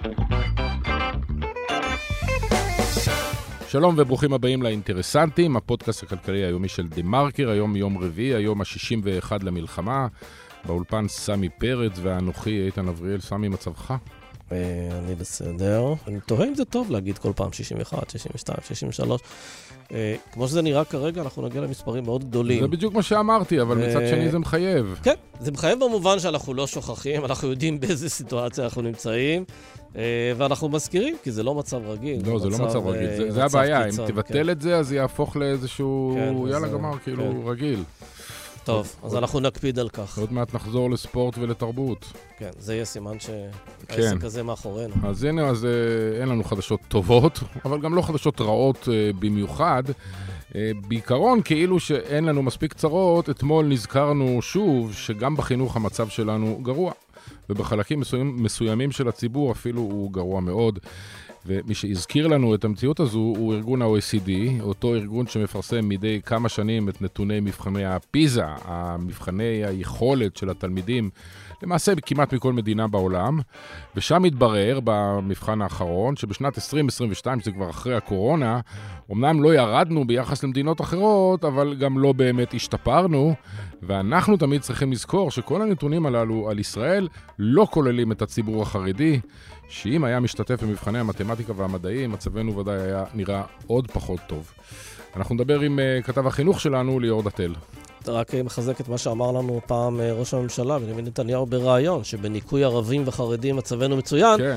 שלום וברוכים הבאים לאינטרסנטים, הפודקאסט הכלכלי היומי של דה-מרקר, היום יום רביעי, היום ה-61 למלחמה, באולפן סמי פרץ ואנוכי איתן אבריאל. סמי, מצבך? אני בסדר. אני תוהה אם זה טוב להגיד כל פעם 61, 62, 63. כמו שזה נראה כרגע, אנחנו נגיע למספרים מאוד גדולים. זה בדיוק מה שאמרתי, אבל מצד שני זה מחייב. כן, זה מחייב במובן שאנחנו לא שוכחים, אנחנו יודעים באיזה סיטואציה אנחנו נמצאים, ואנחנו מזכירים, כי זה לא מצב רגיל. לא, זה לא מצב רגיל, זה הבעיה. אם תבטל את זה, אז זה יהפוך לאיזשהו, יאללה גמר, כאילו רגיל. טוב, אז אנחנו נקפיד על כך. עוד מעט נחזור לספורט ולתרבות. כן, זה יהיה סימן שהעסק הזה מאחורינו. אז הנה, אז אין לנו חדשות טובות, אבל גם לא חדשות רעות במיוחד. בעיקרון, כאילו שאין לנו מספיק צרות, אתמול נזכרנו שוב שגם בחינוך המצב שלנו גרוע, ובחלקים מסוימים של הציבור אפילו הוא גרוע מאוד. ומי שהזכיר לנו את המציאות הזו הוא ארגון ה-OECD, אותו ארגון שמפרסם מדי כמה שנים את נתוני מבחני הפיזה, המבחני היכולת של התלמידים, למעשה כמעט מכל מדינה בעולם, ושם התברר במבחן האחרון שבשנת 2022, שזה כבר אחרי הקורונה, אמנם לא ירדנו ביחס למדינות אחרות, אבל גם לא באמת השתפרנו, ואנחנו תמיד צריכים לזכור שכל הנתונים הללו על ישראל לא כוללים את הציבור החרדי, שאם היה משתתף במבחני המתמטיקה והמדעים, מצבנו ודאי היה נראה עוד פחות טוב. אנחנו נדבר עם כתב החינוך שלנו, ליאור דתל. רק מחזק את מה שאמר לנו פעם ראש הממשלה, בנימין נתניהו ברעיון, שבניקוי ערבים וחרדים מצבנו מצוין. כן.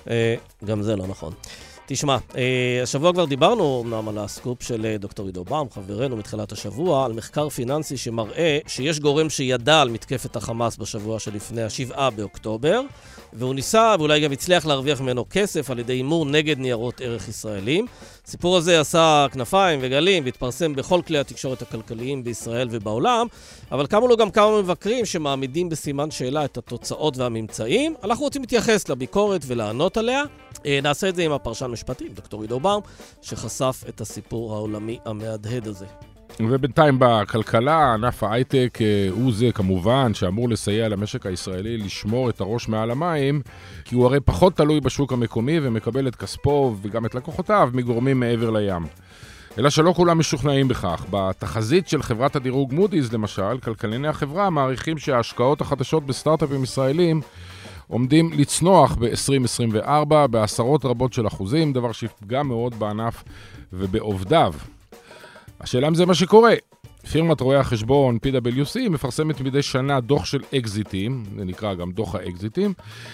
גם זה לא נכון. תשמע, השבוע כבר דיברנו אמנם על הסקופ של דוקטור עידו באום, חברנו מתחילת השבוע, על מחקר פיננסי שמראה שיש גורם שידע על מתקפת החמאס בשבוע שלפני ה7 באוקטובר, והוא ניסה ואולי גם הצליח להרוויח ממנו כסף על ידי אימור נגד ניירות ערך ישראלים. הסיפור הזה עשה כנפיים וגלים והתפרסם בכל כלי התקשורת הכלכליים בישראל ובעולם, אבל קמו לו גם כמה מבקרים שמעמידים בסימן שאלה את התוצאות והממצאים. אנחנו רוצים להתייחס לביקורת ולענות עליה. נעשה את זה עם הפרשן משפטי, דוקטור עידו באום, שחשף את הסיפור העולמי המהדהד הזה. ובינתיים בכלכלה, ענף ההייטק הוא זה כמובן שאמור לסייע למשק הישראלי לשמור את הראש מעל המים, כי הוא הרי פחות תלוי בשוק המקומי ומקבל את כספו וגם את לקוחותיו מגורמים מעבר לים. אלא שלא כולם משוכנעים בכך. בתחזית של חברת הדירוג מודי'ס למשל, כלכלני החברה מעריכים שההשקעות החדשות בסטארט-אפים ישראלים עומדים לצנוח ב-2024 בעשרות רבות של אחוזים, דבר שיפגע מאוד בענף ובעובדיו. השאלה אם זה מה שקורה. פירמת רואי החשבון PwC מפרסמת מדי שנה דוח של אקזיטים, זה נקרא גם דוח האקזיטים,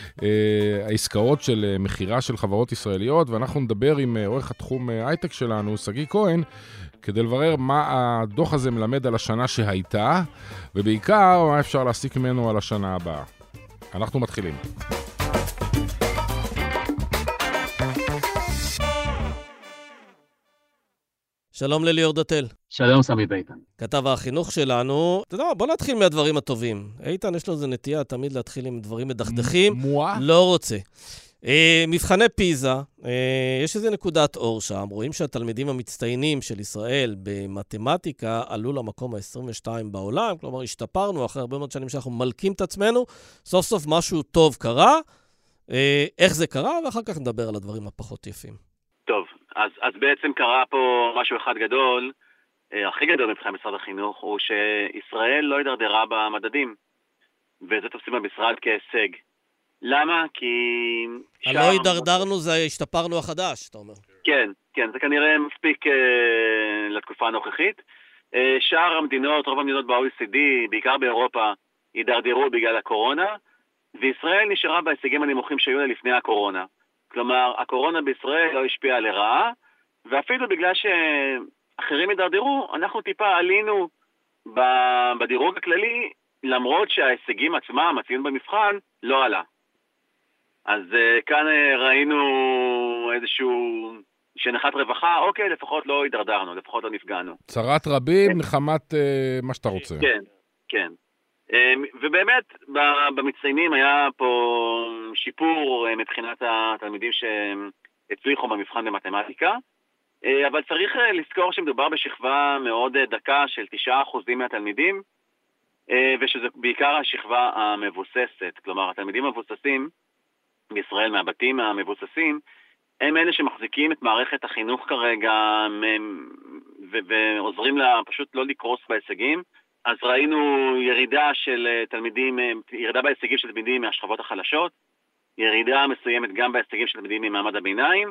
העסקאות של מחירה של חברות ישראליות, ואנחנו נדבר עם עורך התחום הייטק שלנו, סגי כהן, כדי לברר מה הדוח הזה מלמד על השנה שהייתה, ובעיקר מה אפשר להסיק ממנו על השנה הבאה. אנחנו מתחילים. שלום לליאור דתל. שלום סמי ואיתן. כתב החינוך שלנו. אתה יודע, בוא נתחיל מהדברים הטובים. איתן יש לו איזה נטייה תמיד להתחיל עם דברים מדכדכים. לא רוצה. מבחני פיזה, יש איזה נקודת אור שם. רואים שהתלמידים המצטיינים של ישראל במתמטיקה עלו למקום ה-22 בעולם. כלומר, השתפרנו אחרי הרבה מאוד שנים שאנחנו מלקים את עצמנו. סוף סוף משהו טוב קרה. איך זה קרה? ואחר כך נדבר על הדברים הפחות יפים. טוב, אז בעצם קרה פה משהו אחד גדול, הכי גדול מבחינת משרד החינוך, הוא שישראל לא הידרדרה במדדים, וזה תופסים במשרד כהישג. למה? כי... לא הידרדרנו, זה השתפרנו החדש, אתה אומר. כן, זה כנראה מספיק לתקופה הנוכחית. שאר המדינות, רוב המדינות ב-OECD, בעיקר באירופה, הידרדרו בגלל הקורונה, וישראל נשארה בהישגים הנמוכים שהיו לה לפני הקורונה. כלומר, הקורונה בישראל לא השפיעה לרעה, ואפילו בגלל שאחרים הידרדרו, אנחנו טיפה עלינו בדירוג הכללי, למרות שההישגים עצמם, הציון במבחן, לא עלה. אז כאן ראינו איזשהו שנחת רווחה, אוקיי, לפחות לא הידרדרנו, לפחות לא נפגענו. צרת רבים, נחמת מה שאתה רוצה. כן. ובאמת, במצטיינים היה פה שיפור מבחינת התלמידים שהצליחו במבחן במתמטיקה, אבל צריך לזכור שמדובר בשכבה מאוד דקה של 9% מהתלמידים, ושזה בעיקר השכבה המבוססת. כלומר, התלמידים המבוססים בישראל מהבתים המבוססים, הם אלה שמחזיקים את מערכת החינוך כרגע ועוזרים לה פשוט לא לקרוס בהישגים. אז ראינו ירידה בהישגים של תלמידים מהשכבות החלשות, ירידה מסוימת גם בהישגים של תלמידים ממעמד הביניים,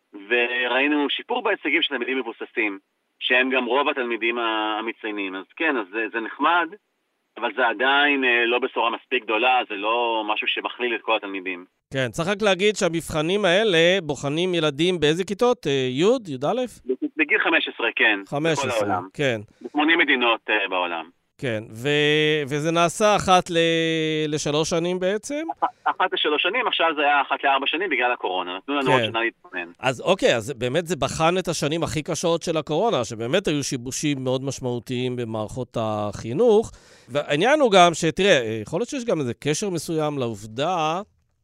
וראינו שיפור בהישגים של תלמידים מבוססים, שהם גם רוב התלמידים המצטיינים. אז כן, אז זה נחמד, אבל זה עדיין לא בשורה מספיק גדולה, זה לא משהו שמכליל את כל התלמידים. כן, צריך רק להגיד שהמבחנים האלה בוחנים ילדים באיזה כיתות? י', י' א'? בגיל 15, כן. 15, בכל העולם. כן. ב-80 מדינות בעולם. כן, וזה נעשה אחת לשלוש שנים בעצם? אחת לשלוש שנים, עכשיו זה היה אחת לארבע שנים בגלל הקורונה. נתנו לנו עוד שנה להתכונן. אז אוקיי, אז באמת זה בחן את השנים הכי קשות של הקורונה, שבאמת היו שיבושים מאוד משמעותיים במערכות החינוך. והעניין הוא גם שתראה, יכול להיות שיש גם איזה קשר מסוים לעובדה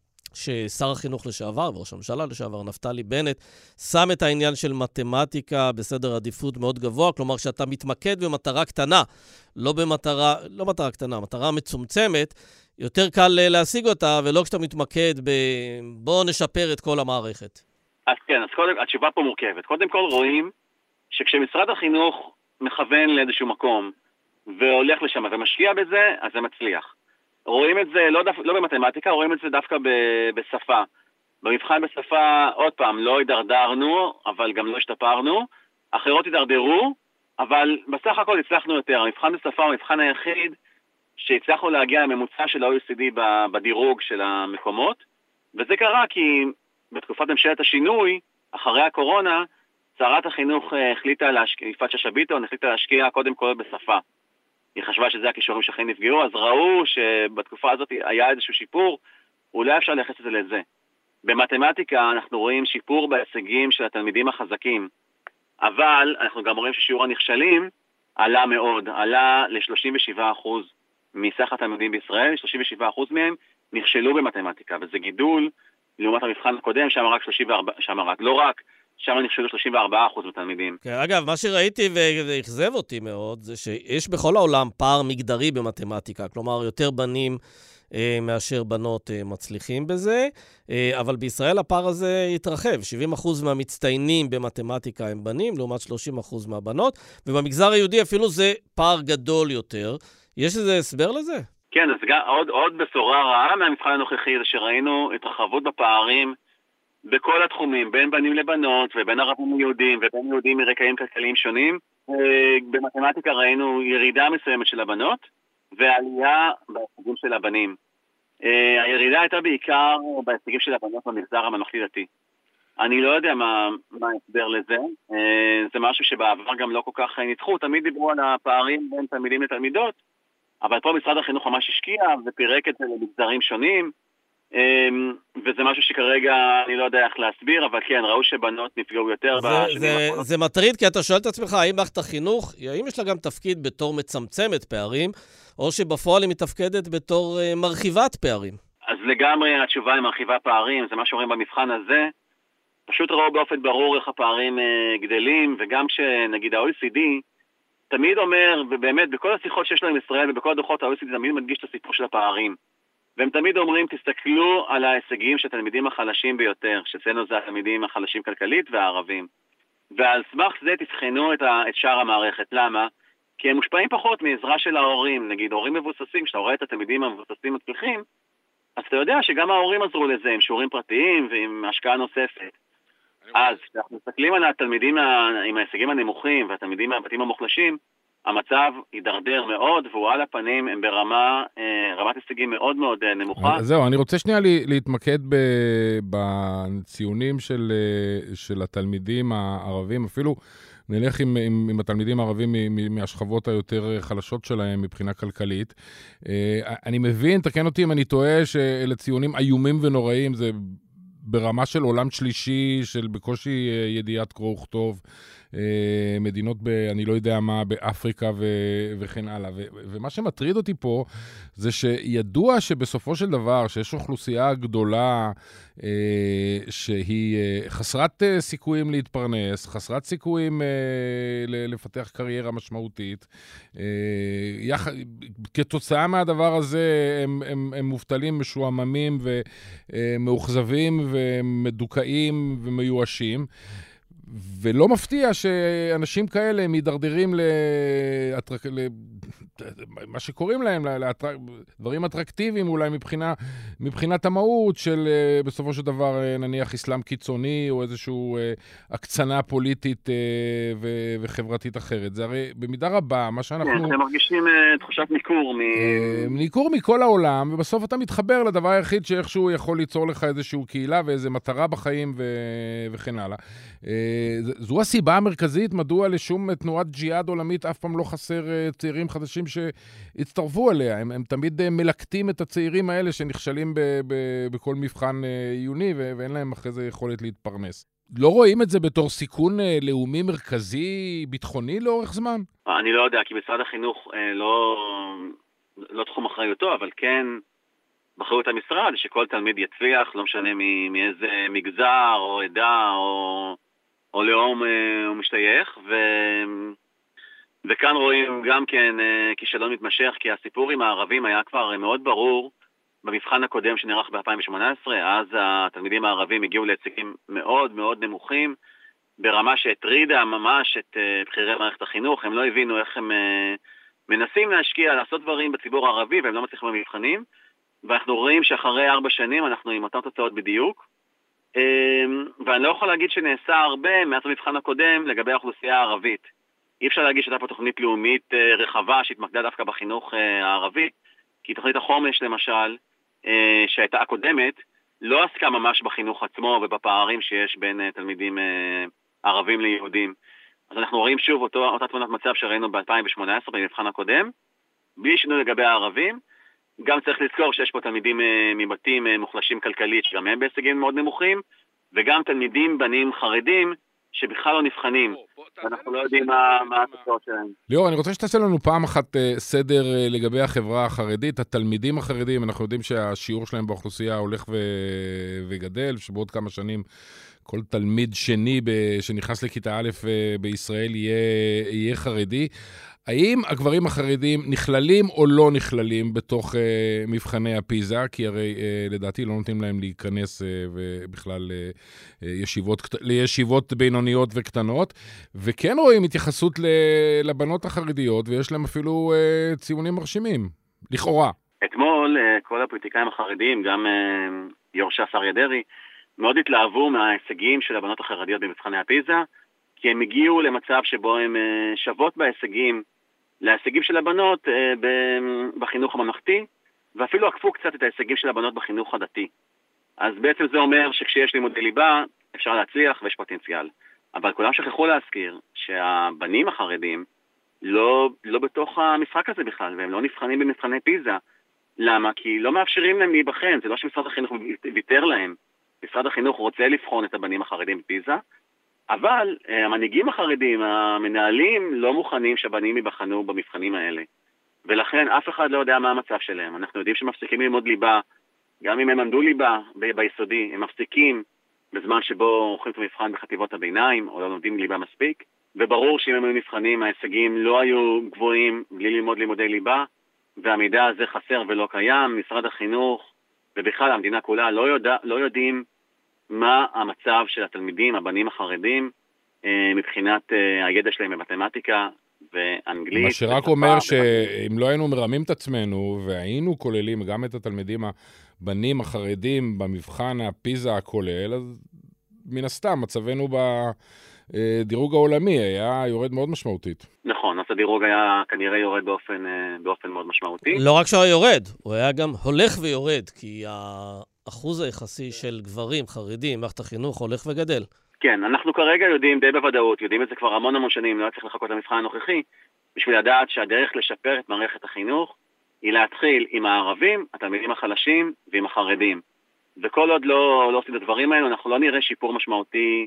ששר החינוך לשעבר וראש הממשלה לשעבר, נפתלי בנט, שם את העניין של מתמטיקה בסדר עדיפות מאוד גבוה, כלומר שאתה מתמקד במטרה קטנה, לא מטרה קטנה, מטרה מצומצמת, יותר קל להשיג אותה, ולא כשאתה מתמקד בוא נשפר את כל המערכת. אז כן, אז קודם, התשובה פה מורכבת. קודם כל רואים שכשמשרד החינוך מכוון לאיזשהו מקום, והולך לשם ומשקיע בזה, אז זה מצליח. רואים את זה לא במתמטיקה, רואים את זה דווקא בשפה. במבחן בשפה, עוד פעם, לא הידרדרנו, אבל גם לא השתפרנו. אחרות הידרדרו, אבל בסך הכל הצלחנו יותר. המבחן בשפה הוא המבחן היחיד שהצלחנו להגיע לממוצע של ה-OECD בדירוג של המקומות, וזה קרה כי בתקופת ממשלת השינוי, אחרי הקורונה, שרת החינוך יפעת שאשא ביטון החליטה להשקיע קודם כל בשפה. היא חשבה שזה הכישורים שהכי נפגעו, אז ראו שבתקופה הזאת היה איזשהו שיפור, אולי אפשר לייחס את זה לזה. במתמטיקה אנחנו רואים שיפור בהישגים של התלמידים החזקים, אבל אנחנו גם רואים ששיעור הנכשלים עלה מאוד, עלה ל-37% מסך התלמידים בישראל, 37% מהם נכשלו במתמטיקה, וזה גידול לעומת המבחן הקודם, שם נכשלו 34% מתלמידים. כן, אגב, מה שראיתי והכזב אותי מאוד, זה שיש בכל העולם פער מגדרי במתמטיקה, כלומר יותר בנים מאשר בנות מצליחים בזה, אבל בישראל הפער הזה התרחב, 70% מהמצטיינים במתמטיקה הם בנים, לעומת 30% מהבנות, ובמגזר היהודי אפילו זה פער גדול יותר. יש איזה הסבר לזה? כן, אז עוד בשורה רעה מהמבחן הנוכחי, זה שראינו התרחבות בפערים בכל התחומים, בין בנים לבנות, ובין ערבים ליהודים, ובין יהודים מרקעים כלכליים שונים. במתמטיקה ראינו ירידה מסוימת של הבנות, ועלייה בהישגים של הבנים. הירידה הייתה בעיקר בהישגים של הבנות במגזר הממלכתי-דתי. אני לא יודע מה ההסבר לזה. זה משהו שבעבר גם לא כל כך ניצחו. תמיד דיברו על הפערים בין תלמידים לתלמידות, אבל פה משרד החינוך ממש השקיע ופירק את זה למגזרים שונים, וזה משהו שכרגע אני לא יודע איך להסביר, אבל כן, ראו שבנות נפגעו יותר. זה מטריד, כי אתה שואל את עצמך, האם מערכת החינוך, האם יש לה גם תפקיד בתור מצמצמת פערים, או שבפועל היא מתפקדת בתור מרחיבת פערים? אז לגמרי התשובה היא מרחיבה פערים, זה מה שאומרים במבחן הזה. פשוט ראו באופן ברור איך הפערים גדלים, וגם שנגיד ה-OECD תמיד אומר, ובאמת בכל השיחות שיש להם ישראל ובכל הדוחות ה-OECD תמיד מדגיש את הסיפור של הפערים. והם תמיד אומרים, תסתכלו על ההישגים של התלמידים החלשים ביותר, שאצלנו זה התלמידים החלשים כלכלית והערבים. ועל סמך זה תבחנו את שאר המערכת. למה? כי הם מושפעים פחות מעזרה של ההורים. נגיד, הורים מבוססים, כשאתה רואה את התלמידים המבוססים מצליחים, אז אתה יודע שגם ההורים עזרו לזה, עם שיעורים פרטיים ועם השקעה נוספת. אז כשאנחנו מסתכלים על התלמידים עם ההישגים הנמוכים והתלמידים מהבתים המוחלשים, המצב יידרדר מאוד, והוא על הפנים הם ברמת הישגים מאוד מאוד נמוכה. זהו, אני רוצה שנייה להתמקד בציונים של התלמידים הערבים, אפילו נלך עם התלמידים הערבים מהשכבות היותר חלשות שלהם מבחינה כלכלית. אני מבין, תקן אותי אם אני טועה, שאלה ציונים איומים ונוראים, זה ברמה של עולם שלישי, של בקושי ידיעת קרוא וכתוב. מדינות אני לא יודע מה, באפריקה וכן הלאה. ומה שמטריד אותי פה, זה שידוע שבסופו של דבר, שיש אוכלוסייה גדולה, שהיא חסרת סיכויים להתפרנס, חסרת סיכויים לפתח קריירה משמעותית. כתוצאה מהדבר הזה הם מובטלים, משועממים ומאוכזבים ומדוכאים ומיואשים. ולא מפתיע שאנשים כאלה הם מדרדרים מה שקוראים להם, דברים אטרקטיביים אולי מבחינת המהות של בסופו של דבר נניח אסלאם קיצוני או איזשהו הקצנה פוליטית וחברתית אחרת. זה הרי במידה רבה מה שאנחנו... אתם מרגישים תחושת ניכור ניכור מכל העולם, ובסוף אתה מתחבר לדבר היחיד שאיכשהו יכול ליצור לך איזשהו קהילה ואיזו מטרה בחיים וכן הלאה. זו הסיבה המרכזית מדוע לשום תנועת ג'יהאד עולמית אף פעם לא חסר צעירים חדשים שהצטרפו אליה. הם תמיד מלקטים את הצעירים האלה שנכשלים בכל מבחן עיוני ואין להם אחרי זה יכולת להתפרנס. לא רואים את זה בתור סיכון לאומי מרכזי ביטחוני לאורך זמן? אני לא יודע, כי משרד החינוך לא תחום אחריותו, אבל כן באחריות המשרד שכל תלמיד יצליח, לא משנה מאיזה מגזר או עדה או לאום הוא משתייך, וכאן רואים גם כן כישלון מתמשך, כי הסיפור עם הערבים היה כבר מאוד ברור במבחן הקודם שנערך ב-2018, אז התלמידים הערבים הגיעו להישגים מאוד מאוד נמוכים, ברמה שהטרידה ממש את בכירי מערכת החינוך. הם לא הבינו איך הם מנסים להשקיע, לעשות דברים בציבור הערבי, והם לא מצליחים במבחנים, ואנחנו רואים שאחרי 4 שנים אנחנו עם אותן תוצאות בדיוק, ואני לא יכול להגיד שנעשה הרבה מאז המבחן הקודם לגבי האוכלוסייה הערבית. אי אפשר להגיד שהייתה פה תוכנית לאומית רחבה שהתמקדה דווקא בחינוך הערבי, כי תוכנית החומש למשל, שהייתה הקודמת, לא עסקה ממש בחינוך עצמו ובפערים שיש בין תלמידים ערבים ליהודים. אז אנחנו רואים שוב אותה תמונת מצב שראינו ב-2018 במבחן הקודם, בלי שינוי לגבי הערבים. גם צריך לזכור שיש פה תלמידים מבתים מוחלשים כלכלית, שגם הם בהישגים מאוד נמוכים, וגם תלמידים בנים חרדים שבכלל לא נבחנים. אנחנו לא יודעים מה התוצאות שלהם. ליאור, אני רוצה שתעשה לנו פעם אחת סדר לגבי החברה החרדית. התלמידים החרדים, אנחנו יודעים שהשיעור שלהם באוכלוסייה הולך וגדל, שבעוד כמה שנים כל תלמיד שני שנכנס לכיתה א' בישראל יהיה חרדי. האם הגברים החרדים נכללים או לא נכללים בתוך מבחני הפיזה? כי הרי לדעתי לא נותנים להם להיכנס ובכלל לישיבות בינוניות וקטנות, וכן רואים התייחסות לבנות החרדיות, ויש להם אפילו ציונים מרשימים, לכאורה. אתמול כל הפוליטיקאים החרדים, גם יו"ר ש"ס אריה דרעי, מאוד התלהבו מההישגים של הבנות החרדיות במבחני הפיזה, כי הם הגיעו למצב שבו הם שוות בהישגים להישגים של הבנות בחינוך הממלכתי, ואפילו עקפו קצת את ההישגים של הבנות בחינוך הדתי. אז בעצם זה אומר שכשיש לימודי ליבה אפשר להצליח ויש פוטנציאל. אבל כולם שכחו להזכיר שהבנים החרדים לא בתוך המשחק הזה בכלל, והם לא נבחנים במבחני פיזה. למה? כי לא מאפשרים להם להיבחן, זה לא שמשרד החינוך ויתר להם. משרד החינוך רוצה לבחון את הבנים החרדים בפיזה, אבל המנהיגים החרדים, המנהלים, לא מוכנים שהבנים ייבחנו במבחנים האלה. ולכן אף אחד לא יודע מה המצב שלהם. אנחנו יודעים שמפסיקים ללמוד ליבה, גם אם הם עמדו ליבה ביסודי, הם מפסיקים בזמן שבו עורכים את המבחן בחטיבות הביניים, או לא לומדים ליבה מספיק, וברור שאם הם היו נבחנים, ההישגים לא היו גבוהים בלי ללמוד לימודי ליבה, והמידע הזה חסר ולא קיים. משרד החינוך ובכלל המדינה כולה לא יודעים מה המצב של התלמידים, הבנים החרדים, מבחינת הידע שלהם במתמטיקה ואנגלית. מה שרק אומר שאם לא היינו מרמים את עצמנו, והיינו כוללים גם את התלמידים הבנים החרדים במבחן הפיזה הכולל, אז מן הסתם מצבנו בדירוג העולמי היה יורד מאוד משמעותית. נכון, אז הדירוג היה כנראה יורד באופן מאוד משמעותי. לא רק שהוא היה יורד, הוא היה גם הולך ויורד, כי האחוז היחסי של גברים חרדים במערכת החינוך הולך וגדל. כן, אנחנו כרגע יודעים די בוודאות, יודעים את זה כבר המון שנים, לא צריך לחכות למבחן הנוכחי, בשביל לדעת שהדרך לשפר את מערכת החינוך היא להתחיל עם הערבים, התלמידים החלשים ועם החרדים. וכל עוד לא עושים את הדברים האלו, אנחנו לא נראה שיפור משמעותי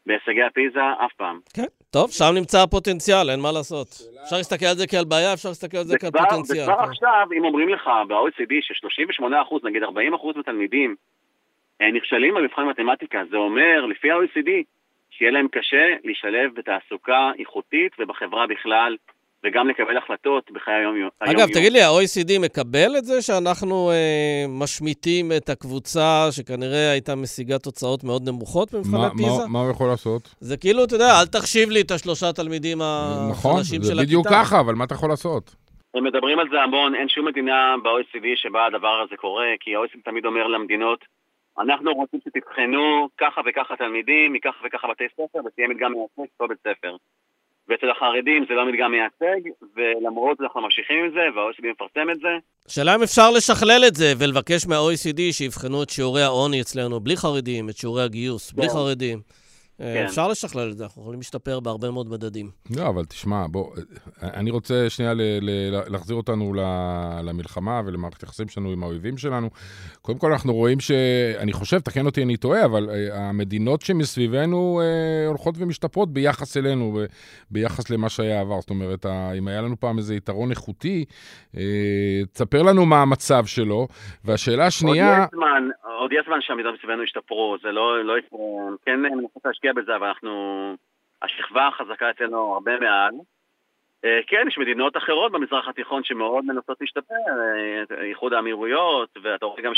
בהישגי הפיזה אף פעם. כן, טוב, שם נמצא הפוטנציאל, אין מה לעשות. אפשר להסתכל על זה כעל בעיה, אפשר להסתכל על זה כעל פוטנציאל. וכבר עכשיו, אם אומרים לך ב-OECD ש38%, נגיד 40% מתלמידים נכשלים במבחן מתמטיקה, זה אומר, לפי ה-OECD, שיהיה להם קשה להשתלב בתעסוקה איכותית ובחברה בכלל, וגם לקבל החלטות בחיי היום-יום. אגב, תגיד לי, ה-OECD מקבל את זה שאנחנו משמיטים את הקבוצה שכנראה הייתה משיגה תוצאות מאוד נמוכות במבחני פיזה? מה הוא יכול לעשות? זה כאילו, אתה יודע, אל תחשיב לי את 3 תלמידים החלשים של הכיתה. נכון, זה בדיוק ככה, אבל מה אתה יכול לעשות? הם מדברים על זה המון, אין שום מדינה ב-OECD שבה הדבר הזה קורה, כי ה-OECD תמיד אומר למדינות, אנחנו רוצים שתבחנו ככה וככה תלמידים, מככה וככה בתי ספר, ותהיה מדגם מייצג פה בית ספר. ואצל החרדים זה לא מדגם מייצג, ולמרות אנחנו ממשיכים עם זה, וה-OECD מפרסם את זה. שאלה אם אפשר לשכלל את זה, ולבקש מה-OECD שיבחנו את שיעורי העוני אצלנו, בלי חרדים, את שיעורי הגיוס, בלי חרדים. אפשר לשכלל את זה, אנחנו יכולים להשתפר בהרבה מאוד מדדים. לא, אבל תשמע, בוא, אני רוצה שנייה להחזיר אותנו למלחמה ולמערכת יחסים שלנו עם האויבים שלנו. קודם כל אנחנו רואים אני חושב, תקן אותי אני טועה, אבל המדינות שמסביבנו הולכות ומשתפרות ביחס אלינו, ביחס למה שהיה עבר. זאת אומרת, אם היה לנו פעם איזה יתרון איכותי, תספר לנו מה המצב שלו, והשאלה השנייה... עוד יש זמן שהמדינות מסביבנו השתפרו, זה לא כן מנסות להשקיע בזה, אבל השכבה החזקה אצלנו הרבה מעל. כן, יש מדינות אחרות במזרח התיכון שמאוד מנסות להשתפר, איחוד האמירויות, ואתה רואה גם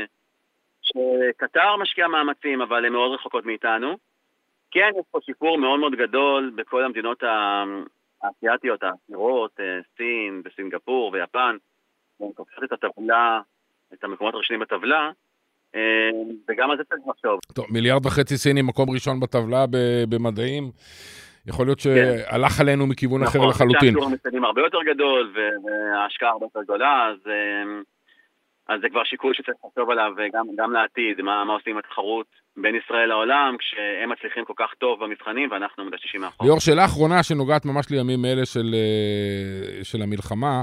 שקטר משקיע מאמצים, אבל הן מאוד רחוקות מאיתנו. כן, יש פה שיפור מאוד מאוד גדול בכל המדינות האסיאטיות, האחרות, סין וסינגפור ויפן, והן קופצות את הטבלה, את המקומות הראשונים בטבלה, וגם על זה צריך לחשוב. טוב, 1.5 מיליארד סינים, מקום ראשון בטבלה במדעים. יכול להיות שהלך עלינו מכיוון אחר לחלוטין. נכון, המסעדים הרבה יותר גדול, וההשקעה הרבה יותר גדולה, אז זה כבר שיקול שצריך לחשוב עליו, וגם לעתיד, מה עושים עם התחרות בין ישראל לעולם, כשהם מצליחים כל כך טוב במבחנים, ואנחנו מדששים מאחור. ליאור, שאלה אחרונה שנוגעת ממש לימים אלה של המלחמה,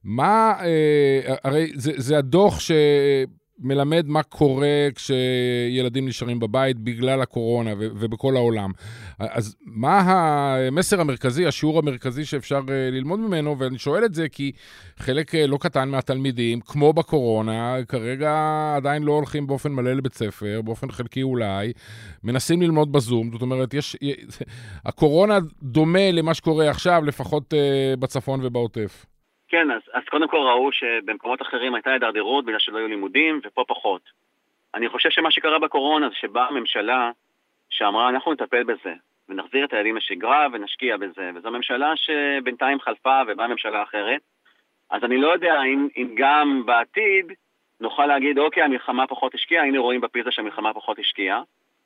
הרי זה הדוח מלמד מה קורה כשילדים נשארים בבית בגלל הקורונה ובכל העולם. אז מה המסר המרכזי, השיעור המרכזי שאפשר ללמוד ממנו? ואני שואל את זה כי חלק לא קטן מהתלמידים, כמו בקורונה, כרגע עדיין לא הולכים באופן מלא לבית ספר, באופן חלקי אולי, מנסים ללמוד בזום. זאת אומרת, הקורונה דומה למה שקורה עכשיו, לפחות בצפון ובעוטף. כן, אז קודם כל ראו שבמקומות אחרים הייתה הידרדרות בגלל שלא היו לימודים, ופה פחות. אני חושב שמה שקרה בקורונה זה שבאה הממשלה שאמרה, אנחנו נטפל בזה, ונחזיר את הילדים לשגרה ונשקיע בזה, וזו ממשלה שבינתיים חלפה ובאה ממשלה אחרת. אז אני לא יודע אם גם בעתיד נוכל להגיד, אוקיי, המלחמה פחות השקיעה, הנה רואים בפיזה שהמלחמה פחות השקיעה.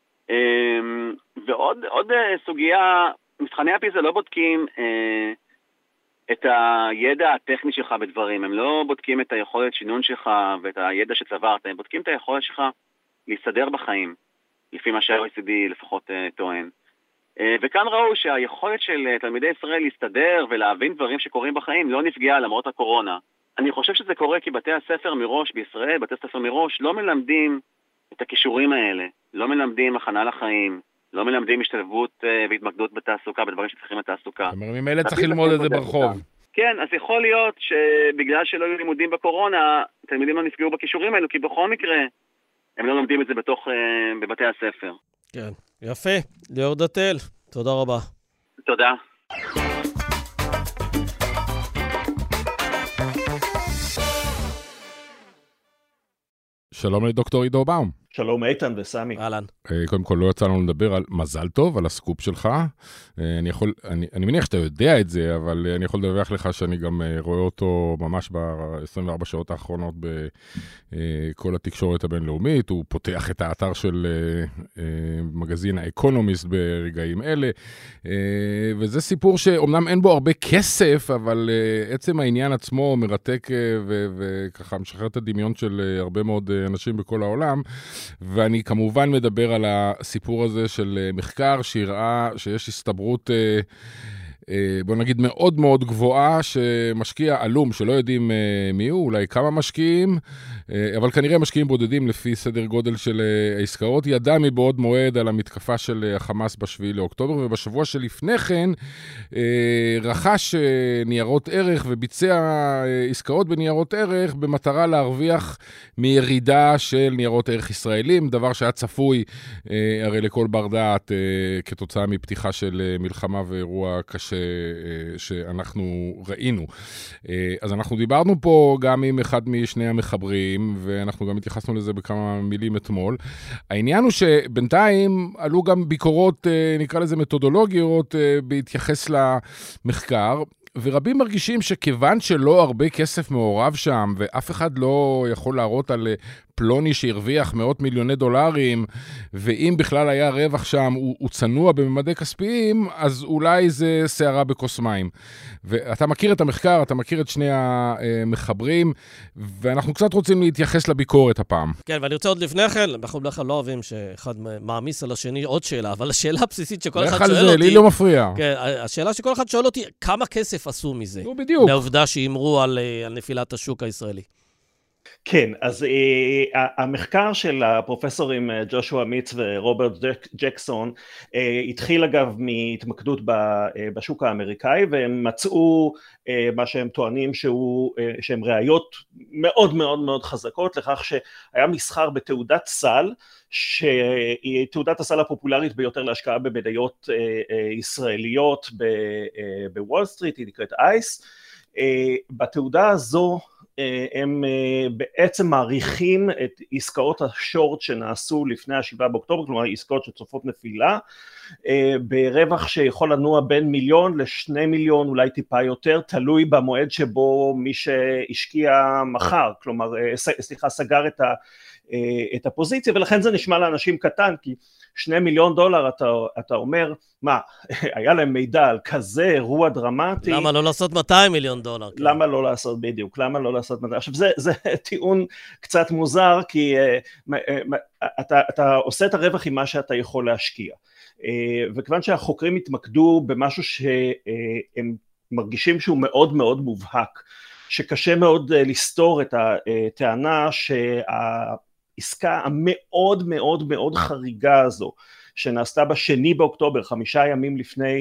ועוד סוגיה, מבחני הפיזה לא בודקים את הידע הטכני שלך בדברים, הם לא בודקים את היכולת שינון שלך ואת הידע שצברת, הם בודקים את היכולת שלך להסתדר בחיים, לפי מה שה-OECD לפחות טוען. וכאן ראו שהיכולת של תלמידי ישראל להסתדר ולהבין דברים שקורים בחיים לא נפגעה למרות הקורונה. אני חושב שזה קורה כי בתי הספר מראש בישראל, בתי הספר מראש, לא מלמדים את הכישורים האלה, לא מלמדים הכנה לחיים, לא מלמדים השתלבות והתמקדות בתעסוקה, בדברים שצריכים לתעסוקה. זאת אומרת, ממילא צריך ללמוד את זה ברחוב. כן, אז יכול להיות שבגלל שלא היו לימודים בקורונה, תלמידים לא נפגעו בכישורים האלו, כי בכל מקרה הם לא לומדים את זה בבתי הספר. כן, יפה. ליאור דתל, תודה רבה. תודה. שלום לדוקטור עידו באום. שלום איתן וסמי. אהלן. קודם כל לא יצא לנו לדבר על מזל טוב, על הסקופ שלך. אני מניח שאתה יודע את זה, אבל אני יכול לדווח לך שאני גם רואה אותו ממש ב-24 שעות האחרונות בכל התקשורת הבינלאומית. הוא פותח את האתר של מגזין האקונומיסט ברגעים אלה. וזה סיפור שאומנם אין בו הרבה כסף, אבל עצם העניין עצמו מרתק וככה משחרר את הדמיון של הרבה מאוד אנשים בכל העולם. ואני כמובן מדבר על הסיפור הזה של מחקר שהראה שיש הסתברות, בוא נגיד מאוד מאוד גבוהה, שמשקיע עלום שלא יודעים מי הוא, אולי כמה משקיעים, אבל כנראה משקיעים בודדים לפי סדר גודל של העסקאות. ידע מבעוד מועד על המתקפה של החמאס ב7 לאוקטובר, ובשבוע שלפני כן רכש ניירות ערך וביצע עסקאות בניירות ערך במטרה להרוויח מירידה של ניירות ערך ישראלים, דבר שהיה צפוי הרי לכל בר דעת כתוצאה מפתיחה של מלחמה ואירוע קשה שאנחנו ראינו. אז אנחנו דיברנו פה גם עם אחד משני המחברים, ואנחנו גם התייחסנו לזה בכמה מילים אתמול. העניין הוא שבינתיים עלו גם ביקורות, נקרא לזה מתודולוגיות, בהתייחס למחקר, ורבים מרגישים שכיוון שלא הרבה כסף מעורב שם, ואף אחד לא יכול להראות על פלוני שהרוויח מאות מיליוני דולרים, ואם בכלל היה רווח שם, הוא צנוע בממדי כספיים, אז אולי זה שערה בכוס מים. ואתה מכיר את המחקר, אתה מכיר את שני המחברים, ואנחנו קצת רוצים להתייחס לביקורת הפעם. כן, ואני רוצה עוד לפני כן, אנחנו בדרך כלל לא אוהבים שאחד מעמיס על השני עוד שאלה, אבל השאלה הבסיסית שכל אחד שואל אותי... לי לא מפריע. כן, השאלה שכל אחד שואל אותי, כמה כסף עשו מזה? בדיוק. מהעובדה שאמרו על נפילת השוק הישראלי. כן, אז המחקר של הפרופסורים ג'ושוע מיץ ורוברט ג'קסון התחיל אגב מהתמקדות בשוק האמריקאי, והם מצאו מה שהם טוענים שהם ראיות מאוד מאוד מאוד חזקות לכך שהיה מסחר בתעודת סל, שהיא תעודת הסל הפופולרית ביותר להשקעה במניות ישראליות בוול סטריט, היא נקראת אייס. בתעודה הזו הם בעצם מעריכים את עסקאות השורט שנעשו לפני ה7 באוקטובר, כלומר עסקאות שצופות נפילה, ברווח שיכול לנוע בין מיליון ל2 מיליון, אולי טיפה יותר, תלוי במועד שבו מי שהשקיע מחר, כלומר, סגר את הפוזיציה, ולכן זה נשמע לאנשים קטן, כי 2 מיליון דולר אתה אומר, מה, היה להם מידע על כזה אירוע דרמטי. למה לא לעשות 200 מיליון דולר? למה לא לעשות בדיוק, למה לא לעשות 200? עכשיו זה טיעון קצת מוזר, כי אתה עושה את הרווח עם מה שאתה יכול להשקיע. וכיוון שהחוקרים התמקדו במשהו שהם מרגישים שהוא מאוד מאוד מובהק, שקשה מאוד לסתור את הטענה העסקה המאוד מאוד מאוד חריגה הזו, שנעשתה ב2 באוקטובר, 5 ימים לפני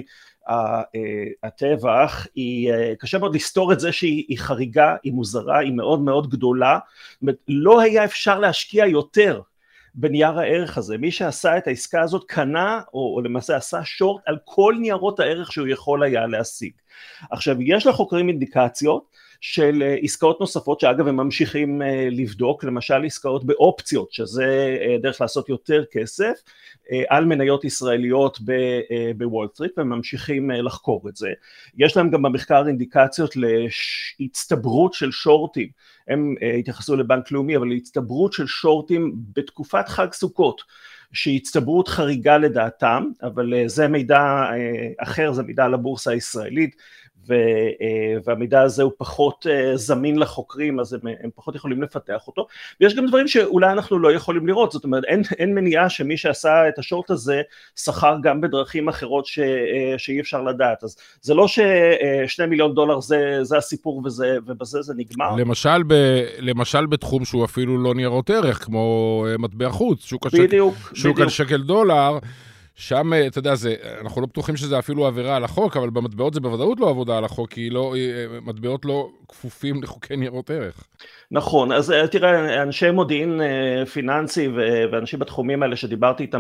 הטבח, קשה מאוד לסתור את זה שהיא חריגה, היא מוזרה, היא מאוד מאוד גדולה, לא היה אפשר להשקיע יותר בנייר הערך הזה. מי שעשה את העסקה הזאת קנה, או למעשה עשה שורט על כל ניירות הערך שהוא יכול היה להשיג. עכשיו, יש לחוקרים אינדיקציות של עסקאות נוספות, שאגב הם ממשיכים לבדוק, למשל עסקאות באופציות, שזה דרך לעשות יותר כסף, על מניות ישראליות בוול סטריט, והם ממשיכים לחקור את זה. יש להם גם במחקר אינדיקציות להצטברות של שורטים, הם התייחסו לבנק לאומי, אבל להצטברות של שורטים בתקופת חג סוכות, שהצטברות חריגה לדעתם, אבל זה מידע אחר, זה מידע על הבורסה הישראלית, והמידע הזה הוא פחות זמין לחוקרים, אז הם פחות יכולים לפתח אותו, ויש גם דברים שאולי אנחנו לא יכולים לראות, זאת אומרת אין מניעה שמי שעשה את השורט הזה שכר גם בדרכים אחרות שאי אפשר לדעת, אז זה לא ש2 מיליון דולר זה הסיפור ובזה זה נגמר. למשל בתחום שהוא אפילו לא ניירות ערך, כמו מטבע חוץ, שוק על שקל דולר, שם, אתה יודע, אנחנו לא בטוחים שזה אפילו עבירה על החוק, אבל במטבעות זה בוודאות לא עבודה על החוק, כי מטבעות לא כפופים לחוקי ניירות ערך. נכון, אז תראה, אנשי מודיעין פיננסי ואנשים בתחומים האלה שדיברתי איתם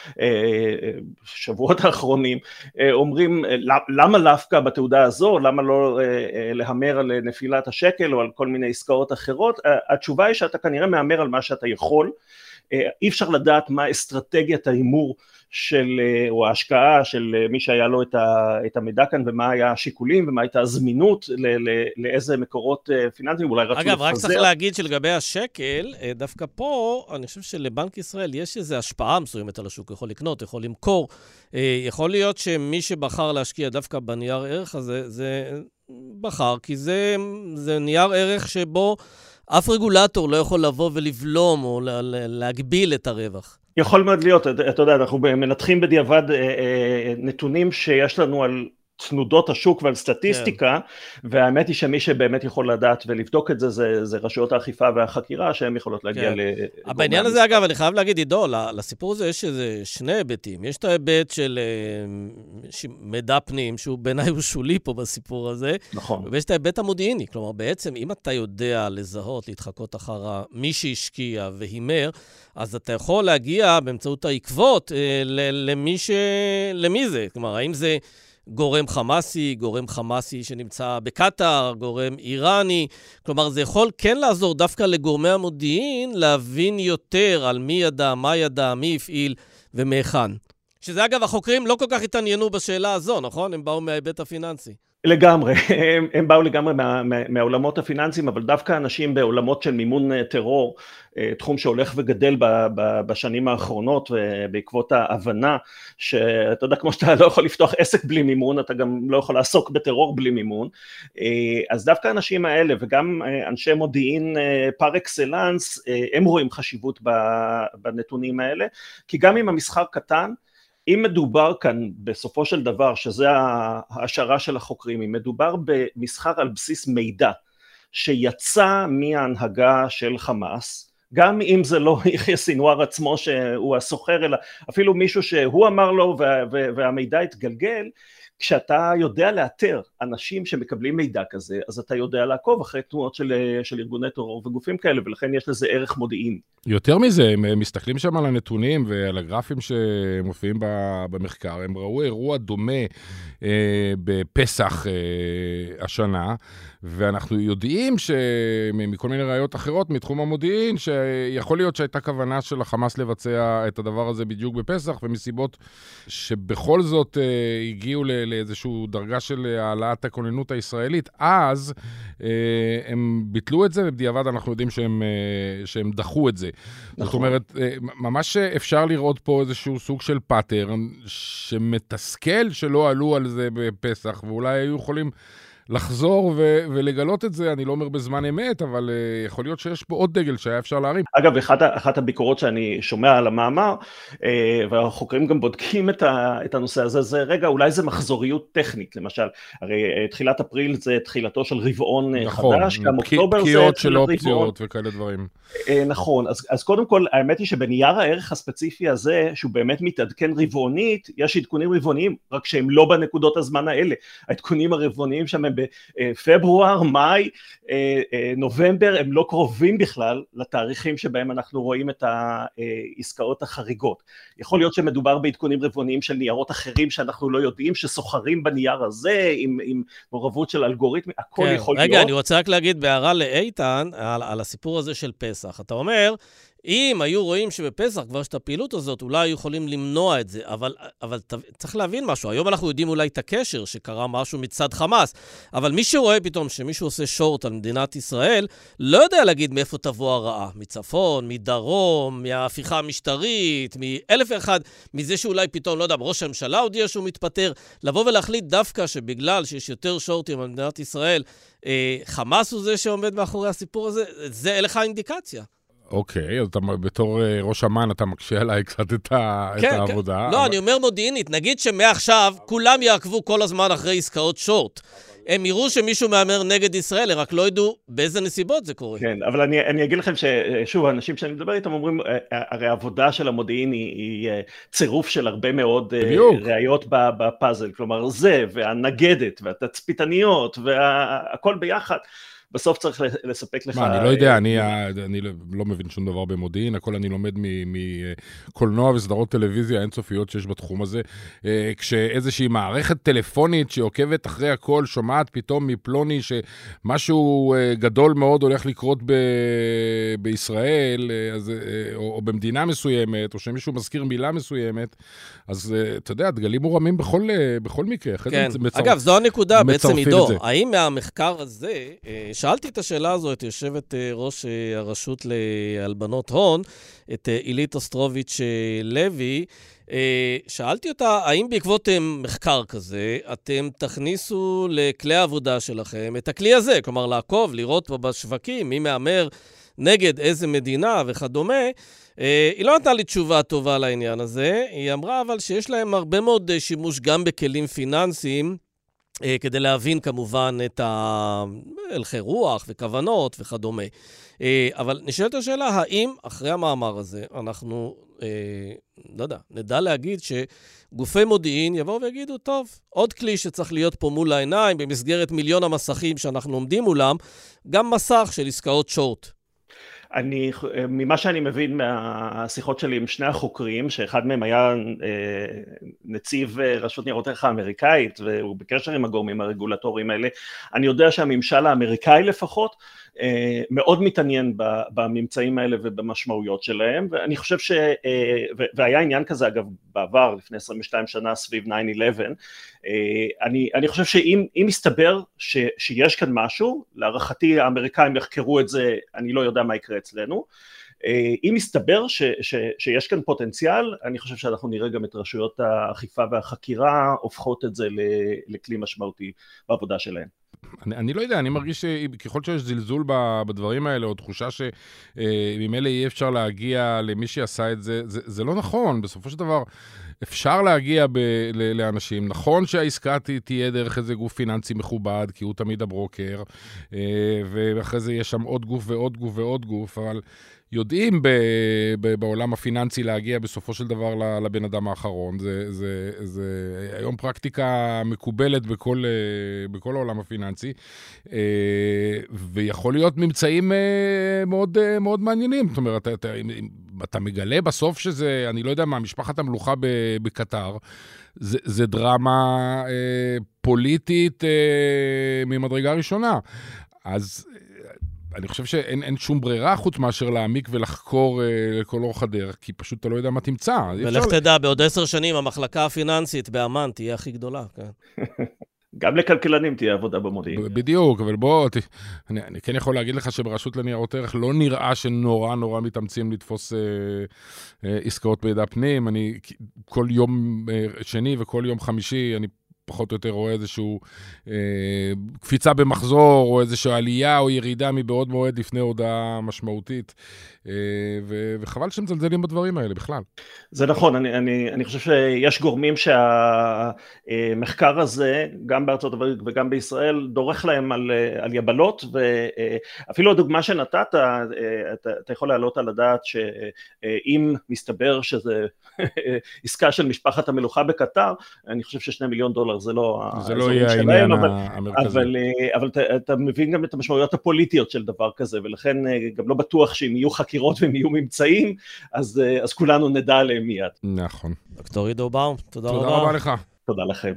בשבועות האחרונים, אומרים, למה דווקא בתעודה הזו, למה לא להמר על נפילת השקל או על כל מיני עסקאות אחרות? התשובה היא שאתה כנראה מהמר על מה שאתה יכול, אי אפשר לדעת מה אסטרטגיית ההימור או ההשקעה של מי שהיה לו את המידע כאן, ומה היה השיקולים, ומה הייתה הזמינות לאיזה מקורות פיננסיים, אולי רצו לפזר. אגב, רק צריך להגיד שלגבי השקל, דווקא פה, אני חושב שלבנק ישראל יש איזו השפעה מסוימת על השוק, יכול לקנות, יכול למכור, יכול להיות שמי שבחר להשקיע דווקא בנייר ערך הזה, זה בחר, כי זה נייר ערך שבו אף רגולטור לא יכול לבוא ולבלום או להגביל את הרווח. יכול מאוד להיות, אתה יודע, אנחנו מנתחים בדיעבד נתונים שיש לנו על תנודות השוק ועל סטטיסטיקה, והאמת היא שמי שבאמת יכול לדעת ולבדוק את זה, זה רשויות האכיפה והחקירה, שהן יכולות להגיע לגורמי. בעניין הזה, אגב, אני חייב להגיד, עידו, לסיפור הזה יש איזה שני היבטים. יש את ההיבט של מידע פנים, שהוא בעיניי הוא שולי פה בסיפור הזה. נכון. ויש את ההיבט המודיעיני. כלומר, בעצם, אם אתה יודע לזהות, להתחקות אחר מי שהשקיע והימר, אז אתה יכול להגיע באמצעות העקבות למי זה. כלומר, האם זה גורם חמאסי שנמצא בקטר, גורם איראני. כלומר, זה יכול כן לעזור דווקא לגורמי המודיעין להבין יותר על מי ידע, מה ידע, מי הפעיל ומהיכן. שזה אגב, החוקרים לא כל כך התעניינו בשאלה הזו, נכון? הם באו מההיבט הפיננסי. לגמרי, הם באו לגמרי מהעולמות הפיננסיים, אבל דווקא אנשים בעולמות של מימון טרור, תחום שהולך וגדל בשנים האחרונות, בעקבות ההבנה שאתה יודע, כמו שאתה לא יכול לפתוח עסק בלי מימון, אתה גם לא יכול לעסוק בטרור בלי מימון, אז דווקא האנשים האלה, וגם אנשי מודיעין פר אקסלנס, הם רואים חשיבות בנתונים האלה, כי גם אם המסחר קטן, אם מדובר כאן בסופו של דבר, שזה ההשערה של החוקרים, אם מדובר במסחר על בסיס מידע, שיצא מההנהגה של חמאס, גם אם זה לא יחיא סינואר עצמו שהוא הסוחר, אלא אפילו מישהו שהוא אמר לו והמידע התגלגל, כשאתה יודע לאתר אנשים שמקבלים מידע כזה, אז אתה יודע לעקוב אחרי תנועות של ארגוני טרור וגופים כאלה, ולכן יש לזה ערך מודיעין. יותר מזה, הם מסתכלים שם על הנתונים ועל הגרפים שמופיעים במחקר, הם ראו אירוע דומה בפסח השנה, ואנחנו יודעים שמכל מיני ראיות אחרות מתחום המודיעין, שיכול להיות שהייתה כוונה של החמאס לבצע את הדבר הזה בדיוק בפסח, ומסיבות שבכל זאת הגיעו לאיזשהו דרגה של העלאת הכוננות הישראלית, אז הם ביטלו את זה, ובדיעבד אנחנו יודעים שהם דחו את זה. נכון. זאת אומרת, ממש אפשר לראות פה איזשהו סוג של פאטרן, שמתסכל שלא עלו על זה בפסח, ואולי היו יכולים לחזור ולגלות את זה, אני לא אומר בזמן אמת, אבל יכול להיות שיש פה עוד דגל שהיה אפשר להרים. אגב, אחת הביקורות שאני שומע על המאמר, והחוקרים גם בודקים את הנושא הזה, זה רגע, אולי זה מחזוריות טכנית, למשל, הרי תחילת אפריל זה תחילתו של רבעון חדש, גם אוקטובר זה פקיעות של אופציות וכאלה דברים. נכון, אז קודם כל, האמת היא שבנייר הערך הספציפי הזה, שהוא באמת מתעדכן רבעונית, יש עדכונים רבעוניים, רק שהם לא בנקודות הזמן האלה. העדכונים הרבעוניים שם הם בפברואר, מאי, נובמבר, הם לא קרובים בכלל לתאריכים שבהם אנחנו רואים את העסקאות החריגות. יכול להיות שמדובר בעדכונים רבעוניים של ניירות אחרים שאנחנו לא יודעים, שסוחרים בנייר הזה עם מעורבות של אלגוריתמים, הכל יכול להיות. רגע, אני רוצה רק להגיד בהערה לאיתן על הסיפור הזה של פסח. אתה אומר, אם היו רואים שבפסח כבר שאת הפעילות הזאת, אולי היו יכולים למנוע את זה, אבל צריך להבין משהו. היום אנחנו יודעים אולי את הקשר שקרה משהו מצד חמאס, אבל מי שרואה פתאום שמישהו עושה שורט על מדינת ישראל, לא יודע להגיד מאיפה תבוא הרעה, מצפון, מדרום, מההפיכה המשטרית, מאלף ואחד, מזה שאולי פתאום, לא יודע, ראש הממשלה הודיע שהוא מתפטר, לבוא ולהחליט דווקא שבגלל שיש יותר שורטים על מדינת ישראל, חמאס הוא זה שעומד מאחורי הסיפור הזה, זה אין לך אינדיקציה. אוקיי, אז אתה בתור ראש אמן, אתה מקשה עליי קצת את העבודה. לא, אני אומר מודיעינית, נגיד שמעכשיו כולם יעקבו כל הזמן אחרי עסקאות שורט. הם יראו שמישהו מאמר נגד ישראל, רק לא ידעו באיזה נסיבות זה קורה. כן, אבל אני אגיד לכם ששוב, האנשים שאני מדבר איתם אומרים, הרי העבודה של המודיעין היא צירוף של הרבה מאוד ראיות בפאזל, כלומר זה, והנגדת, והתצפיתניות, והכל ביחד. בסוף צריך לספק לך... אני לא יודע, אני לא מבין שום דבר במודיעין, הכל אני לומד מקולנוע וסדרות טלוויזיה אינסופיות שיש בתחום הזה, כשאיזושהי מערכת טלפונית שעוקבת אחרי הכל, שומעת פתאום מפלוני שמשהו גדול מאוד הולך לקרות בישראל, או במדינה מסוימת, או שמישהו מזכיר מילה מסוימת, אז אתה יודע, דגלים מורמים בכל מקרה. כן, אגב, זו הנקודה בעצם עידו, האם מהמחקר הזה... שאלתי את השאלה הזו, את יושבת ראש הרשות להלבנות הון, את אילית אוסטרוביץ' לוי, שאלתי אותה, האם בעקבות מחקר כזה, אתם תכניסו לכלי העבודה שלכם את הכלי הזה, כלומר לעקוב, לראות בשווקים, מי מאמר נגד איזה מדינה וכדומה, היא לא נתנה לי תשובה טובה לעניין הזה, היא אמרה אבל שיש להם הרבה מאוד שימוש גם בכלים פיננסיים, כדי להבין כמובן את הלכי רוח וכוונות וכדומה. אבל נשאלת השאלה, האם אחרי המאמר הזה אנחנו, לא יודע, נדע להגיד שגופי מודיעין יבואו ויגידו, טוב, עוד כלי שצריך להיות פה מול העיניים, במסגרת מיליון המסכים שאנחנו עומדים מולם, גם מסך של עסקאות שורט. ממה שאני מבין מהשיחות שלי עם שני החוקרים, שאחד מהם היה נציב רשות ניירות ערך האמריקאית, והוא בקשר עם הגורמים הרגולטוריים האלה, אני יודע שהממשל האמריקאי לפחות, מאוד מתעניין בממצאים האלה ובמשמעויות שלהם, ואני חושב והיה עניין כזה אגב בעבר, לפני 22 שנה סביב 9/11, אני חושב שאם מסתבר שיש כאן משהו, להערכתי האמריקאים יחקרו את זה, אני לא יודע מה יקרה אצלנו, אם מסתבר שיש כאן פוטנציאל, אני חושב שאנחנו נראה גם את רשויות האכיפה והחקירה, הופכות את זה לכלי משמעותי בעבודה שלהם. אני לא יודע, אני מרגיש שככל שיש זלזול בדברים האלה, או תחושה שממילא אי אפשר להגיע למי שעשה את זה, זה לא נכון. בסופו של דבר אפשר להגיע לאנשים. נכון שהעסקה תהיה דרך איזה גוף פיננסי מכובד, כי הוא תמיד הברוקר, ואחרי זה יש שם עוד גוף ועוד גוף ועוד גוף, אבל יודעים בעולם הפיננסי להגיע בסופו של דבר לבן אדם האחרון. זה היום פרקטיקה מקובלת בכל העולם הפיננסי, ויכול להיות ממצאים מאוד, מאוד מעניינים. זאת אומרת, אתה מגלה בסוף שזה, אני לא יודע מה, משפחת המלוכה בקטר, זה דרמה פוליטית ממדרגה ראשונה. אז אני חושב שאין שום ברירה חוץ מאשר להעמיק ולחקור לכל אורך הדרך, כי פשוט אתה לא יודע מה תמצא. ולך תדע, בעוד 10 שנים המחלקה הפיננסית באמן תהיה הכי גדולה. כן. גם לכלכלנים תהיה עבודה במודיעין. בדיוק, אבל אני כן יכול להגיד לך שברשות לניירות ערך לא נראה שנורא נורא מתאמצים לתפוס עסקאות בידע פנים. אני כל יום שני וכל יום חמישי, אני פחות או יותר רואה איזשהו קפיצה במחזור, או איזושהי עלייה או ירידה מבעוד מועד לפני הודעה משמעותית, וחבל שמזלזלים בדברים האלה בכלל. זה נכון, אני חושב שיש גורמים שהמחקר הזה, גם בארצות הברית וגם בישראל, דורך להם על יבלות, ואפילו הדוגמה שנתת, אתה יכול להעלות על הדעת שאם מסתבר שזה עסקה של משפחת המלוכה בקטר, אני חושב ש$2 מיליון זה לא יהיה העניין המרכזי. אבל אתה מבין גם את המשמעויות הפוליטיות של דבר כזה, ולכן גם לא בטוח שאם יהיו חקירות ואם יהיו ממצאים, אז כולנו נדע עליהם מיד. נכון. דוקטור עידו באום, תודה רבה. תודה רבה לך. תודה לכם.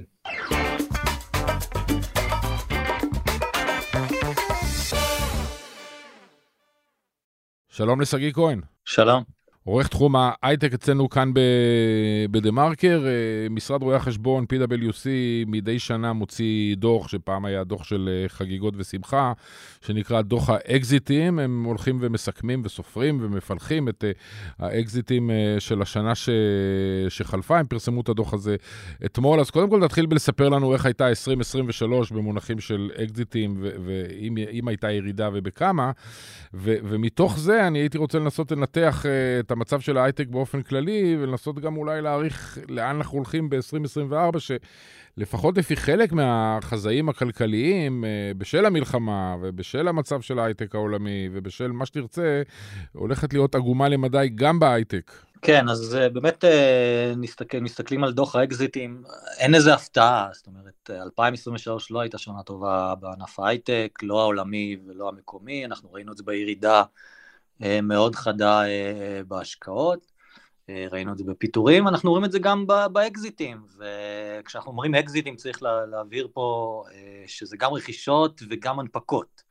שלום לשגיא כהן. שלום. עורך תחום ההייטק אצלנו כאן בדה-מרקר. משרד רואי החשבון, PwC, מדי שנה מוציא דוח, שפעם היה דוח של חגיגות ושמחה, שנקרא דוח האקזיטים. הם הולכים ומסכמים וסופרים ומפלחים את האקזיטים של השנה שחלפה. הם פרסמו את הדוח הזה אתמול. אז קודם כל נתחיל בלספר לנו איך הייתה 2023 במונחים של אקזיטים, ואם הייתה ירידה ובכמה. ומתוך זה אני הייתי רוצה לנסות לנתח את המצב של ההייטק באופן כללי, ולנסות גם אולי להעריך לאן אנחנו הולכים ב-2024, שלפחות לפי חלק מהחזאים הכלכליים, בשל המלחמה ובשל המצב של ההייטק העולמי, ובשל מה שתרצה, הולכת להיות עגומה למדי גם בהייטק. כן, אז באמת מסתכלים על דוח האקזיטים, אין איזה הפתעה, זאת אומרת, 2023 לא הייתה שנה טובה בענף ההייטק, לא העולמי ולא המקומי, אנחנו ראינו את זה בירידה מאוד חדה בהשקעות, ראינו את זה בפיטורים, אנחנו רואים את זה גם באקזיטים, וכשאנחנו אומרים אקזיטים צריך להעביר פה שזה גם רכישות וגם הנפקות,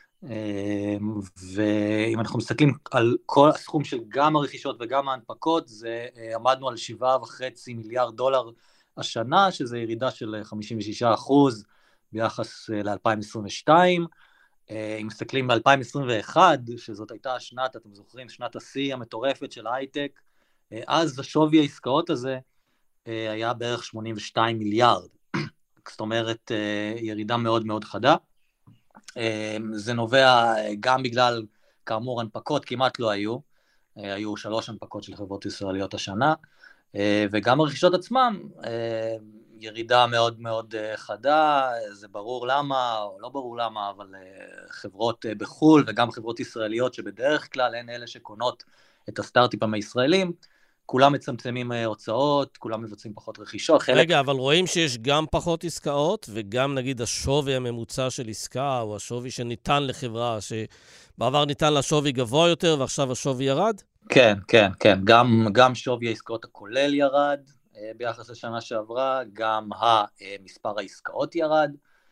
ואם אנחנו מסתכלים על כל הסכום של גם הרכישות וגם ההנפקות, זה עמדנו על $7.5 מיליארד השנה, שזה ירידה של 56% ביחס ל-2022, אם מסתכלים ב-2021, שזאת הייתה השנת, אתם זוכרים, שנת השיא המטורפת של ההייטק, אז השווי העסקאות הזה היה בערך 82 מיליארד, זאת אומרת ירידה מאוד מאוד חדה, זה נובע גם בגלל, כאמור, הנפקות כמעט לא היו 3 הנפקות של חברות ישראליות השנה, וגם הרכישות עצמם ירידה מאוד מאוד חדה, זה ברור למה או לא ברור למה, אבל חברות בחול וגם חברות ישראליות שבדרך כלל הן אלה שקונות את הסטארט-אפים הישראלים, כולם מצמצמים הוצאות, כולם מבצעים פחות רכישות. רגע, אבל רואים שיש גם פחות עסקאות, וגם נגיד השווי הממוצע של עסקה, או השווי שניתן לחברה, שבעבר ניתן לה שווי גבוה יותר, ועכשיו השווי ירד? כן, כן, כן. גם שווי העסקאות הכולל ירד ביחס לשנה שעברה, גם מספר העסקאות ירד,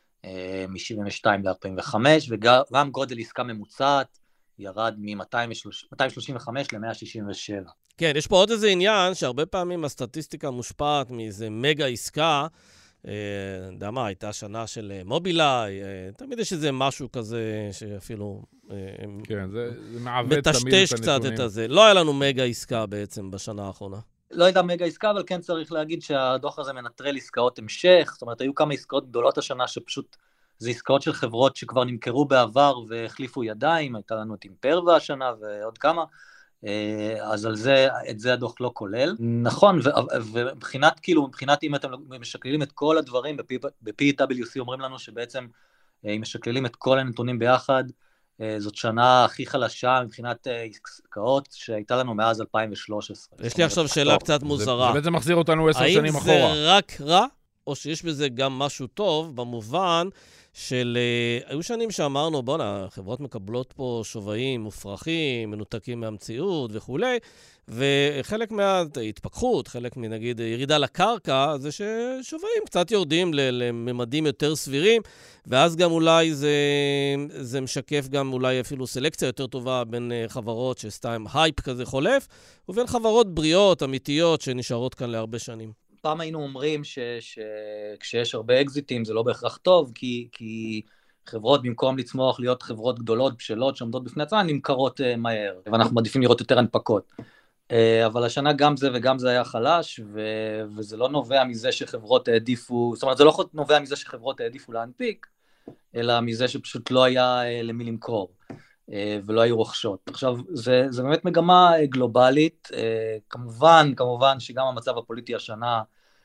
מ-72 ל-45, וגם גודל עסקה ממוצעת ירד מ-235 ל-167. כן, יש פה עוד איזה עניין שהרבה פעמים הסטטיסטיקה מושפעת מאיזה מגה עסקה, יודע מה, הייתה שנה של מובילאיי, תמיד יש איזה משהו כזה שאפילו כן, זה מעוות תמיד מטשטש קצת את הזה. לא היה לנו מגה עסקה בעצם בשנה האחרונה. לא הייתה מגה עסקה, אבל כן צריך להגיד שהדוח הזה מנטרל עסקאות המשך, זאת אומרת, היו כמה עסקאות גדולות השנה שפשוט, זה עסקאות של חברות שכבר נמכרו בעבר והחליפו ידיים, הייתה לנו את אימפרווה השנה ועוד כמה, אז על זה, את זה הדוח לא כולל. נכון, ומבחינת, כאילו, מבחינת אם אתם משקללים את כל הדברים, ב-PwC אומרים לנו שבעצם, אם משקללים את כל הנתונים ביחד, זאת שנה הכי חלשה מבחינת עסקאות שהייתה לנו מאז 2013. יש לי עכשיו שאלה קצת מוזרה. זה בעצם מחזיר אותנו 10 שנים אחורה. האם זה רק רע, או שיש בזה גם משהו טוב, במובן של, היו שנים שאמרנו, בוא'נה, חברות מקבלות פה שוויים מופרכים, מנותקים מהמציאות וכו', וחלק מההתפכחות, חלק מנגיד ירידה לקרקע, זה ששוויים קצת יורדים לממדים יותר סבירים, ואז גם אולי זה משקף גם אולי אפילו סלקציה יותר טובה בין חברות שסתם הייפ כזה חולף, ובין חברות בריאות, אמיתיות, שנשארות כאן להרבה שנים. פעם היינו אומרים שכשיש הרבה אקזיטים זה לא בהכרח טוב, כי חברות במקום לצמוח להיות חברות גדולות, בשלות, שעומדות בפני עצמן, נמכרות מהר, ואנחנו מעדיפים לראות יותר הנפקות. אבל השנה גם זה וגם זה היה חלש, וזה לא נובע מזה שחברות העדיפו, זאת אומרת, זה לא נובע מזה שחברות העדיפו להנפיק, אלא מזה שפשוט לא היה למי למכור, ולא היו רוכשות. עכשיו, זה באמת מגמה גלובלית, כמובן שגם המצב הפוליטי השנה,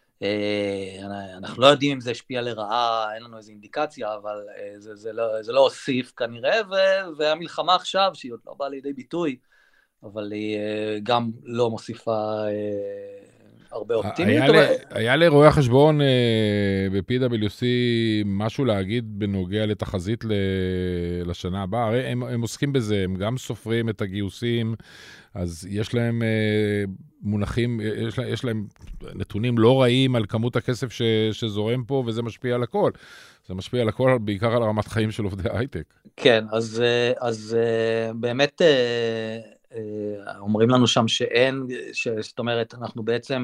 אנחנו לא יודעים אם זה השפיע לרעה, אין לנו איזו אינדיקציה, אבל זה לא הוסיף כנראה, והמלחמה עכשיו, שהיא עוד לא באה לידי ביטוי, אבל היא גם לא מוסיפה הרבה אופטימיות. היה לרואי החשבון ב-PwC משהו להגיד בנוגע לתחזית לשנה הבאה, הרי הם עוסקים בזה, הם גם סופרים את הגיוסים, אז יש להם מונחים, יש להם נתונים לא רעים על כמות הכסף שזורם פה, וזה משפיע על הכל. זה משפיע על הכל, בעיקר על רמת חיים של עובדי הייטק. כן, אז באמת אומרים לנו שם שאין, זאת אומרת, אנחנו בעצם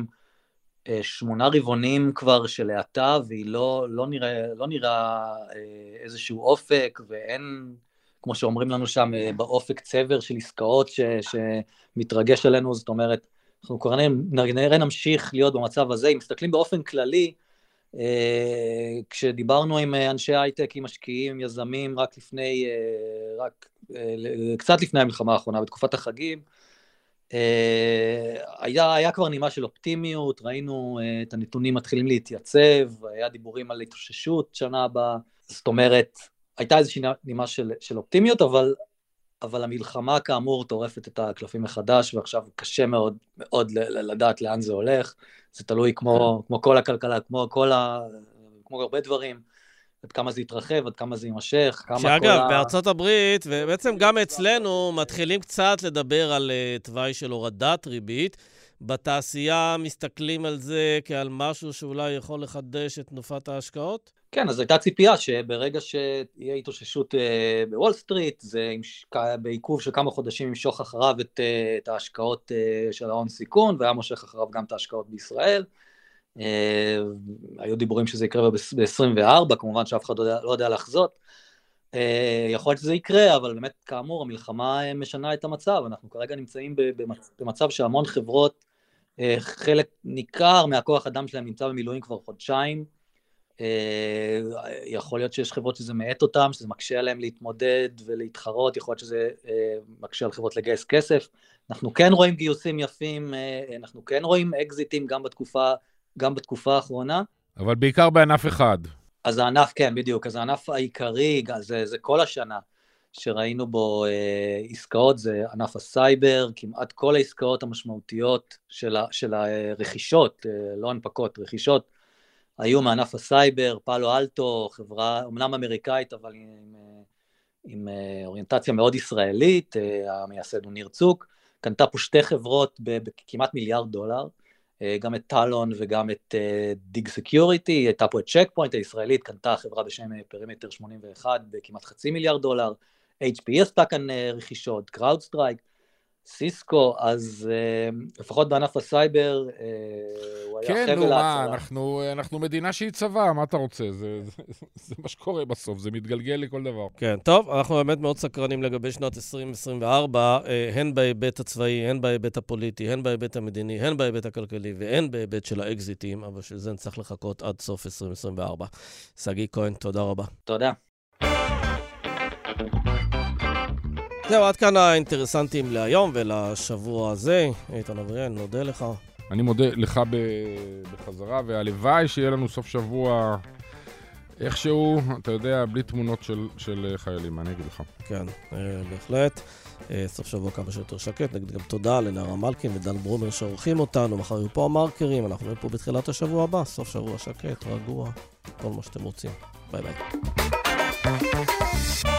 8 רבעונים כבר של האטה, והיא לא נראה איזשהו אופק, ואין, כמו שאומרים לנו שם, באופק צבר של עסקאות שמתרגש עלינו, זאת אומרת, אנחנו כנראה נמשיך להיות במצב הזה, אם מסתכלים באופן כללי, כשדיברנו עם אנשי הייטק, עם משקיעים, עם יזמים, קצת לפני המלחמה האחרונה, בתקופת החגים, היה כבר נימה של אופטימיות, ראינו את הנתונים מתחילים להתייצב, היה דיבורים על התאוששות שנה הבאה, זאת אומרת, הייתה איזושהי נימה של אופטימיות, אבל המלחמה כאמור טורפת את הקלפים מחדש, ועכשיו קשה מאוד מאוד לדעת לאן זה הולך, זה תלוי כמו כל הכלכלה, כמו הרבה דברים, עד כמה זה יתרחב, עד כמה זה יימשך, שאגב, בארצות הברית, ובעצם גם אצלנו, מתחילים קצת לדבר על תוואי של הורדת ריבית, בתעשייה מסתכלים על זה כעל משהו שאולי יכול לחדש את תנופת ההשקעות? כן, אז הייתה ציפייה שברגע שיהיה התאוששות בוול סטריט, זה בעיכוב של כמה חודשים ימשוך אחריו את ההשקעות של ההון סיכון, והיה מושך אחריו גם את ההשקעות בישראל. היו דיבורים שזה יקרה ב-24, כמובן שאף אחד לא יודע לחזות. יכול להיות שזה יקרה, אבל באמת, כאמור, המלחמה משנה את המצב. אנחנו כרגע נמצאים במצב שהמון חברות, חלק ניכר מהכוח אדם שלהם נמצא במילואים כבר חודשיים, יכול להיות שיש חברות שזה מעט אותם, שזה מקשה עליהם להתמודד ולהתחרות, יכול להיות שזה מקשה על חברות לגייס כסף. אנחנו כן רואים גיוסים יפים, אנחנו כן רואים אקזיטים גם בתקופה האחרונה. אבל בעיקר בענף אחד. אז הענף, כן, בדיוק, אז הענף העיקרי, זה כל השנה שראינו בו עסקאות, זה ענף הסייבר, כמעט כל העסקאות המשמעותיות של הרכישות, לא הנפקות, רכישות, היו מענף הסייבר, פאלו אלטו, חברה אמנם אמריקאית, אבל עם אוריינטציה מאוד ישראלית, המייסד הוא ניר צוק, קנתה פה 2 חברות בכמעט $1 מיליארד, גם את טלון וגם את דיג סקיוריטי, הייתה פה את צ'ק פוינט הישראלית, קנתה חברה בשם פרימטר 81 בכמעט $500 מיליון, HP עשתה כאן רכישות, קראודסטרייק, סיסקו, אז לפחות בענף הסייבר, הוא היה כן, חבל ההצלה. אנחנו מדינה שהיא צבא, מה אתה רוצה? זה מה שקורה בסוף, זה מתגלגל לכל דבר. כן, טוב, אנחנו באמת מאוד סקרנים לגבי שנת 2024, הן בהיבט הצבאי, הן בהיבט הפוליטי, הן בהיבט המדיני, הן בהיבט הכלכלי, והן בהיבט של האקזיטים, אבל שזה נצטרך לחכות עד סוף 2024. סגי כהן, תודה רבה. תודה. זהו, עד כאן האינטרסנטים להיום ולשבוע הזה. איתן אבריאל, נודה לך. אני מודה לך בחזרה, והלוואי שיהיה לנו סוף שבוע איכשהו, אתה יודע, בלי תמונות של חיילים, אני אגיד לך. כן, בהחלט. סוף שבוע כמה שיותר שקט. נגיד גם תודה לנערה מלכין ודן ברומר שעורכים אותנו. מחר יהיו פה המרקרים, אנחנו נהיה פה בתחילת השבוע הבא. סוף שבוע שקט, רגוע, כל מה שאתם רוצים. ביי ביי.